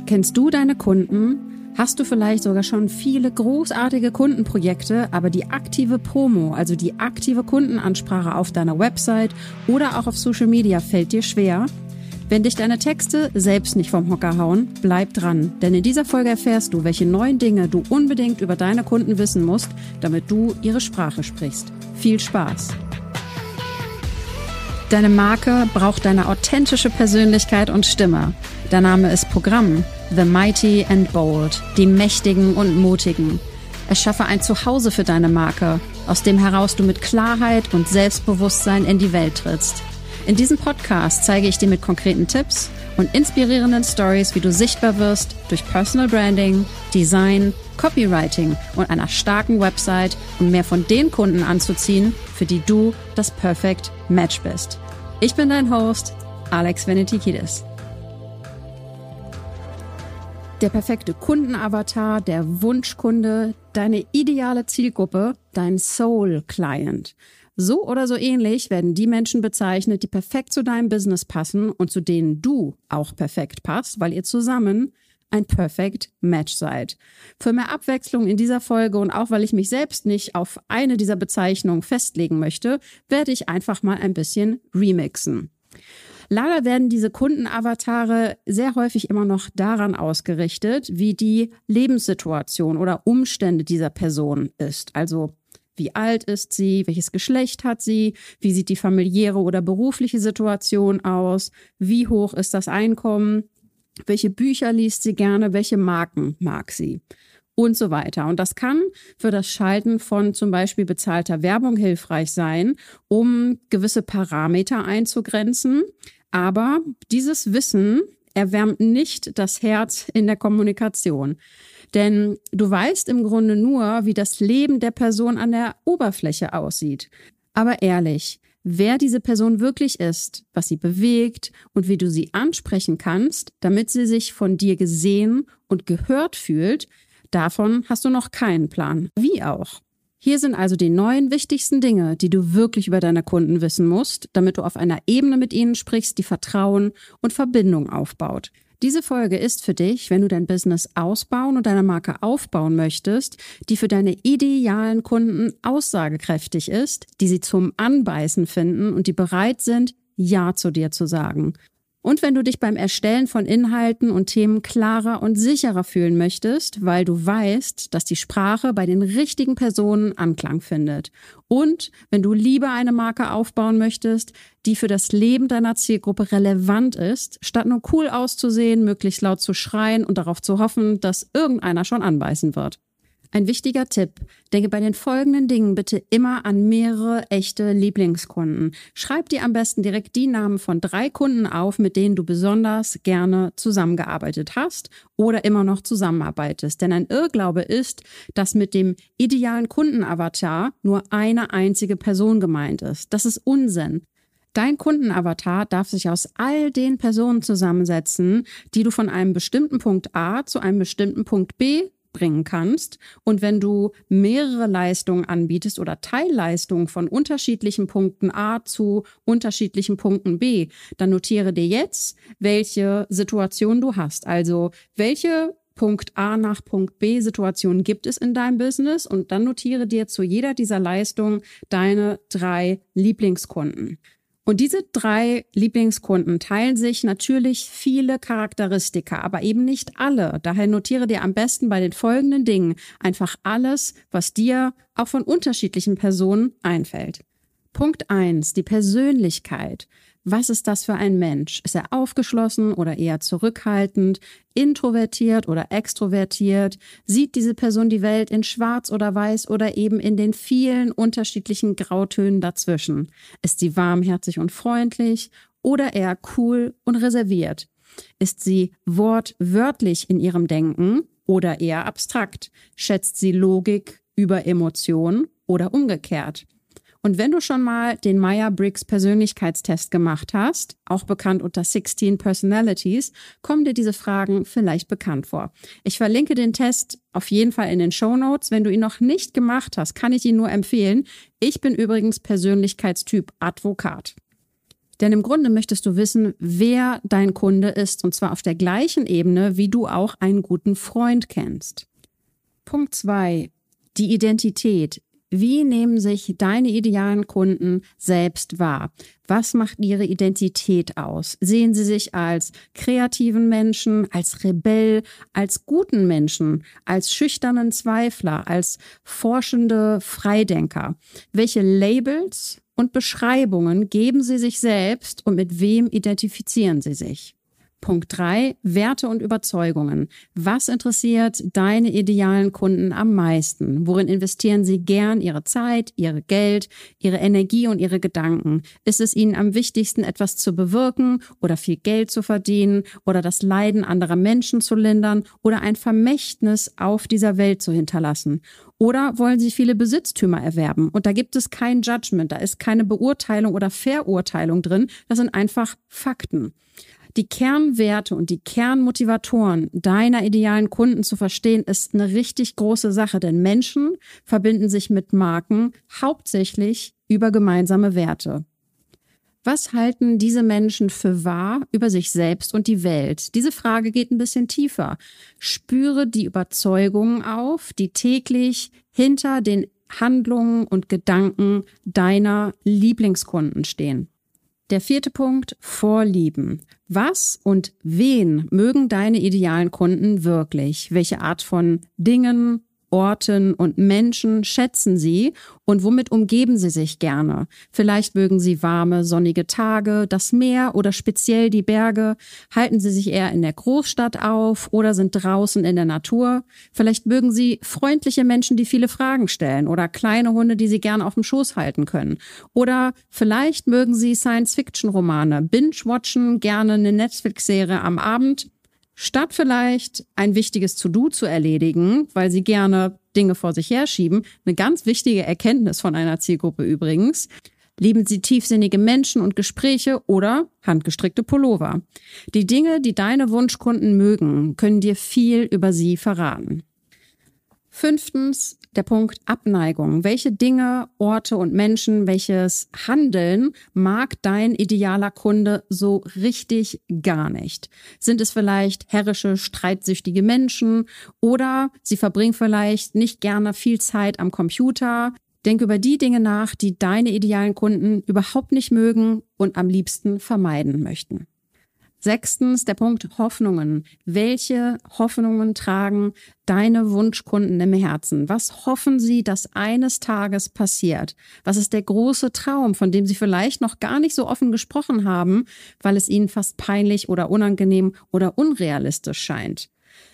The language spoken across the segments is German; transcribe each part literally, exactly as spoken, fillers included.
Kennst du deine Kunden? Hast du vielleicht sogar schon viele großartige Kundenprojekte, aber die aktive Promo, also die aktive Kundenansprache auf deiner Website oder auch auf Social Media fällt dir schwer? Wenn dich deine Texte selbst nicht vom Hocker hauen, bleib dran, denn in dieser Folge erfährst du, welche neuen Dinge du unbedingt über deine Kunden wissen musst, damit du ihre Sprache sprichst. Viel Spaß! Deine Marke braucht deine authentische Persönlichkeit und Stimme. Der Name ist Programm. The Mighty and Bold, die Mächtigen und Mutigen. Erschaffe ein Zuhause für deine Marke, aus dem heraus du mit Klarheit und Selbstbewusstsein in die Welt trittst. In diesem Podcast zeige ich dir mit konkreten Tipps und inspirierenden Stories, wie du sichtbar wirst durch Personal Branding, Design, Copywriting und einer starken Website, um mehr von den Kunden anzuziehen, für die du das Perfect Match bist. Ich bin dein Host, Alex Venetikidis. Der perfekte Kundenavatar, der Wunschkunde, deine ideale Zielgruppe, dein Soul Client. So oder so ähnlich werden die Menschen bezeichnet, die perfekt zu deinem Business passen und zu denen du auch perfekt passt, weil ihr zusammen ein Perfect Match seid. Für mehr Abwechslung in dieser Folge und auch weil ich mich selbst nicht auf eine dieser Bezeichnungen festlegen möchte, werde ich einfach mal ein bisschen remixen. Leider werden diese Kundenavatare sehr häufig immer noch daran ausgerichtet, wie die Lebenssituation oder Umstände dieser Person ist. Also wie alt ist sie, welches Geschlecht hat sie, wie sieht die familiäre oder berufliche Situation aus, wie hoch ist das Einkommen, welche Bücher liest sie gerne, welche Marken mag sie und so weiter. Und das kann für das Schalten von zum Beispiel bezahlter Werbung hilfreich sein, um gewisse Parameter einzugrenzen. Aber dieses Wissen erwärmt nicht das Herz in der Kommunikation. Denn du weißt im Grunde nur, wie das Leben der Person an der Oberfläche aussieht. Aber ehrlich, wer diese Person wirklich ist, was sie bewegt und wie du sie ansprechen kannst, damit sie sich von dir gesehen und gehört fühlt, davon hast du noch keinen Plan. Wie auch. Hier sind also die neun wichtigsten Dinge, die du wirklich über deine Kunden wissen musst, damit du auf einer Ebene mit ihnen sprichst, die Vertrauen und Verbindung aufbaut. Diese Folge ist für dich, wenn du dein Business ausbauen und deine Marke aufbauen möchtest, die für deine idealen Kunden aussagekräftig ist, die sie zum Anbeißen finden und die bereit sind, Ja zu dir zu sagen. Und wenn du dich beim Erstellen von Inhalten und Themen klarer und sicherer fühlen möchtest, weil du weißt, dass die Sprache bei den richtigen Personen Anklang findet. Und wenn du lieber eine Marke aufbauen möchtest, die für das Leben deiner Zielgruppe relevant ist, statt nur cool auszusehen, möglichst laut zu schreien und darauf zu hoffen, dass irgendeiner schon anbeißen wird. Ein wichtiger Tipp, denke bei den folgenden Dingen bitte immer an mehrere echte Lieblingskunden. Schreib dir am besten direkt die Namen von drei Kunden auf, mit denen du besonders gerne zusammengearbeitet hast oder immer noch zusammenarbeitest. Denn ein Irrglaube ist, dass mit dem idealen Kundenavatar nur eine einzige Person gemeint ist. Das ist Unsinn. Dein Kundenavatar darf sich aus all den Personen zusammensetzen, die du von einem bestimmten Punkt A zu einem bestimmten Punkt B bringen kannst. Und wenn du mehrere Leistungen anbietest oder Teilleistungen von unterschiedlichen Punkten A zu unterschiedlichen Punkten B, dann notiere dir jetzt, welche Situation du hast. Also welche Punkt A nach Punkt B Situationen gibt es in deinem Business und dann notiere dir zu jeder dieser Leistungen deine drei Lieblingskunden. Und diese drei Lieblingskunden teilen sich natürlich viele Charakteristika, aber eben nicht alle. Daher notiere dir am besten bei den folgenden Dingen einfach alles, was dir auch von unterschiedlichen Personen einfällt. Punkt eins, die Persönlichkeit. Was ist das für ein Mensch? Ist er aufgeschlossen oder eher zurückhaltend, introvertiert oder extrovertiert? Sieht diese Person die Welt in schwarz oder weiß oder eben in den vielen unterschiedlichen Grautönen dazwischen? Ist sie warmherzig und freundlich oder eher cool und reserviert? Ist sie wortwörtlich in ihrem Denken oder eher abstrakt? Schätzt sie Logik über Emotion oder umgekehrt? Und wenn du schon mal den Myers-Briggs Persönlichkeitstest gemacht hast, auch bekannt unter sechzehn Personalities, kommen dir diese Fragen vielleicht bekannt vor. Ich verlinke den Test auf jeden Fall in den Shownotes. Wenn du ihn noch nicht gemacht hast, kann ich ihn nur empfehlen. Ich bin übrigens Persönlichkeitstyp Advokat. Denn im Grunde möchtest du wissen, wer dein Kunde ist, und zwar auf der gleichen Ebene, wie du auch einen guten Freund kennst. Punkt zwei, die Identität. Wie nehmen sich deine idealen Kunden selbst wahr? Was macht ihre Identität aus? Sehen sie sich als kreativen Menschen, als Rebell, als guten Menschen, als schüchternen Zweifler, als forschende Freidenker? Welche Labels und Beschreibungen geben sie sich selbst und mit wem identifizieren sie sich? Punkt drei, Werte und Überzeugungen. Was interessiert deine idealen Kunden am meisten? Worin investieren sie gern ihre Zeit, ihr Geld, ihre Energie und ihre Gedanken? Ist es ihnen am wichtigsten, etwas zu bewirken oder viel Geld zu verdienen oder das Leiden anderer Menschen zu lindern oder ein Vermächtnis auf dieser Welt zu hinterlassen? Oder wollen sie viele Besitztümer erwerben? Und da gibt es kein Judgment, da ist keine Beurteilung oder Verurteilung drin. Das sind einfach Fakten. Die Kernwerte und die Kernmotivatoren deiner idealen Kunden zu verstehen, ist eine richtig große Sache, denn Menschen verbinden sich mit Marken hauptsächlich über gemeinsame Werte. Was halten diese Menschen für wahr über sich selbst und die Welt? Diese Frage geht ein bisschen tiefer. Spüre die Überzeugungen auf, die täglich hinter den Handlungen und Gedanken deiner Lieblingskunden stehen. Der vierte Punkt, Vorlieben. Was und wen mögen deine idealen Kunden wirklich? Welche Art von Dingen, Orten und Menschen schätzen sie und womit umgeben sie sich gerne? Vielleicht mögen sie warme, sonnige Tage, das Meer oder speziell die Berge. Halten sie sich eher in der Großstadt auf oder sind draußen in der Natur? Vielleicht mögen sie freundliche Menschen, die viele Fragen stellen oder kleine Hunde, die sie gerne auf dem Schoß halten können. Oder vielleicht mögen sie Science-Fiction-Romane, binge-watchen gerne eine Netflix-Serie am Abend, statt vielleicht ein wichtiges To-Do zu erledigen, weil sie gerne Dinge vor sich herschieben. Eine ganz wichtige Erkenntnis von einer Zielgruppe übrigens. Lieben sie tiefsinnige Menschen und Gespräche oder handgestrickte Pullover? Die Dinge, die deine Wunschkunden mögen, können dir viel über sie verraten. Fünftens, der Punkt Abneigung. Welche Dinge, Orte und Menschen, welches Handeln mag dein idealer Kunde so richtig gar nicht? Sind es vielleicht herrische, streitsüchtige Menschen oder sie verbringen vielleicht nicht gerne viel Zeit am Computer? Denk über die Dinge nach, die deine idealen Kunden überhaupt nicht mögen und am liebsten vermeiden möchten. Sechstens, der Punkt Hoffnungen. Welche Hoffnungen tragen deine Wunschkunden im Herzen? Was hoffen sie, dass eines Tages passiert? Was ist der große Traum, von dem sie vielleicht noch gar nicht so offen gesprochen haben, weil es ihnen fast peinlich oder unangenehm oder unrealistisch scheint?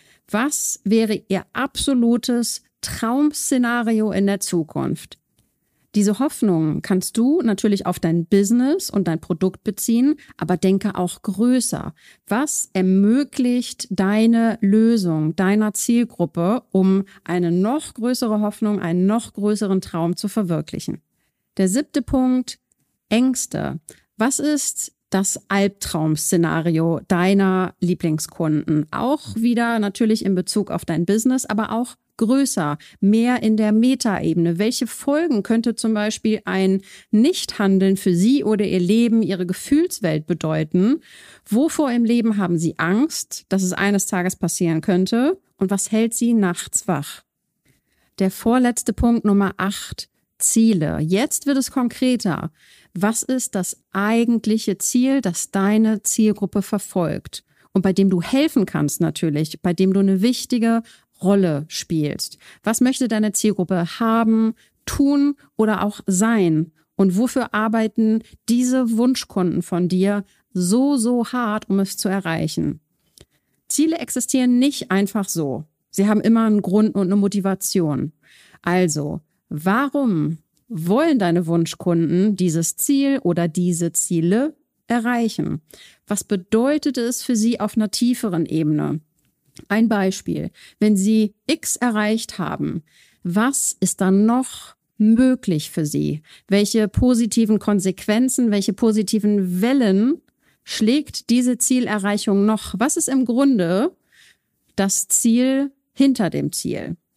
Was wäre ihr absolutes Traum-Szenario in der Zukunft? Diese Hoffnung kannst du natürlich auf dein Business und dein Produkt beziehen, aber denke auch größer. Was ermöglicht deine Lösung deiner Zielgruppe, um eine noch größere Hoffnung, einen noch größeren Traum zu verwirklichen? Der siebte Punkt, Ängste. Was ist das Albtraum-Szenario deiner Lieblingskunden? Auch wieder natürlich in Bezug auf dein Business, aber auch größer, mehr in der Metaebene. Welche Folgen könnte zum Beispiel ein Nichthandeln für Sie oder Ihr Leben, Ihre Gefühlswelt bedeuten? Wovor im Leben haben Sie Angst, dass es eines Tages passieren könnte? Und was hält Sie nachts wach? Der vorletzte Punkt, Nummer acht, Ziele. Jetzt wird es konkreter. Was ist das eigentliche Ziel, das deine Zielgruppe verfolgt? Und bei dem du helfen kannst natürlich, bei dem du eine wichtige Rolle spielst. Was möchte deine Zielgruppe haben, tun oder auch sein? Und wofür arbeiten diese Wunschkunden von dir so, so hart, um es zu erreichen? Ziele existieren nicht einfach so. Sie haben immer einen Grund und eine Motivation. Also, warum wollen deine Wunschkunden dieses Ziel oder diese Ziele erreichen? Was bedeutet es für sie auf einer tieferen Ebene? Ein Beispiel. Wenn Sie X erreicht haben, was ist dann noch möglich für Sie? Welche positiven Konsequenzen, welche positiven Wellen schlägt diese Zielerreichung noch? Was ist im Grunde das Ziel hinter dem Ziel?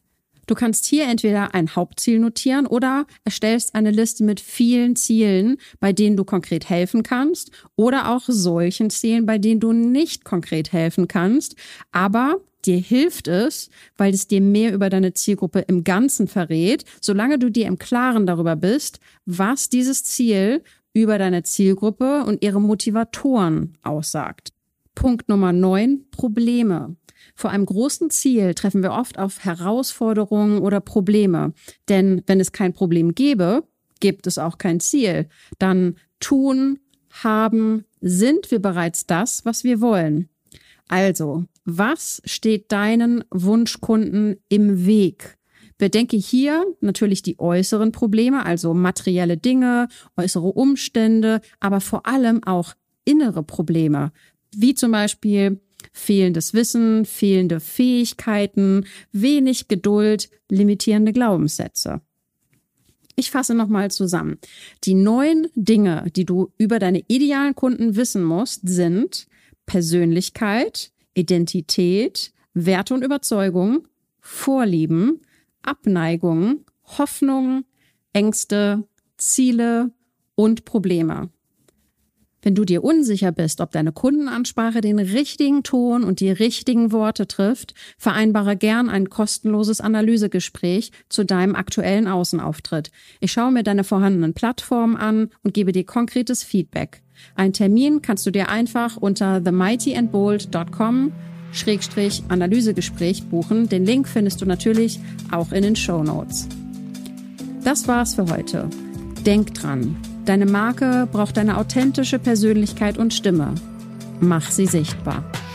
Du kannst hier entweder ein Hauptziel notieren oder erstellst eine Liste mit vielen Zielen, bei denen du konkret helfen kannst, oder auch solchen Zielen, bei denen du nicht konkret helfen kannst. Aber dir hilft es, weil es dir mehr über deine Zielgruppe im Ganzen verrät, solange du dir im Klaren darüber bist, was dieses Ziel über deine Zielgruppe und ihre Motivatoren aussagt. Punkt Nummer neun, Probleme. Vor einem großen Ziel treffen wir oft auf Herausforderungen oder Probleme. Denn wenn es kein Problem gäbe, gibt es auch kein Ziel. Dann tun, haben, sind wir bereits das, was wir wollen. Also, was steht deinen Wunschkunden im Weg? Bedenke hier natürlich die äußeren Probleme, also materielle Dinge, äußere Umstände, aber vor allem auch innere Probleme, wie zum Beispiel fehlendes Wissen, fehlende Fähigkeiten, wenig Geduld, limitierende Glaubenssätze. Ich fasse nochmal zusammen. Die neun Dinge, die du über deine idealen Kunden wissen musst, sind Persönlichkeit, Identität, Werte und Überzeugungen, Vorlieben, Abneigungen, Hoffnungen, Ängste, Ziele und Probleme. Wenn du dir unsicher bist, ob deine Kundenansprache den richtigen Ton und die richtigen Worte trifft, vereinbare gern ein kostenloses Analysegespräch zu deinem aktuellen Außenauftritt. Ich schaue mir deine vorhandenen Plattformen an und gebe dir konkretes Feedback. Einen Termin kannst du dir einfach unter the mighty and bold dot com Schrägstrich Analysegespräch buchen. Den Link findest du natürlich auch in den Shownotes. Das war's für heute. Denk dran. Deine Marke braucht eine authentische Persönlichkeit und Stimme. Mach sie sichtbar.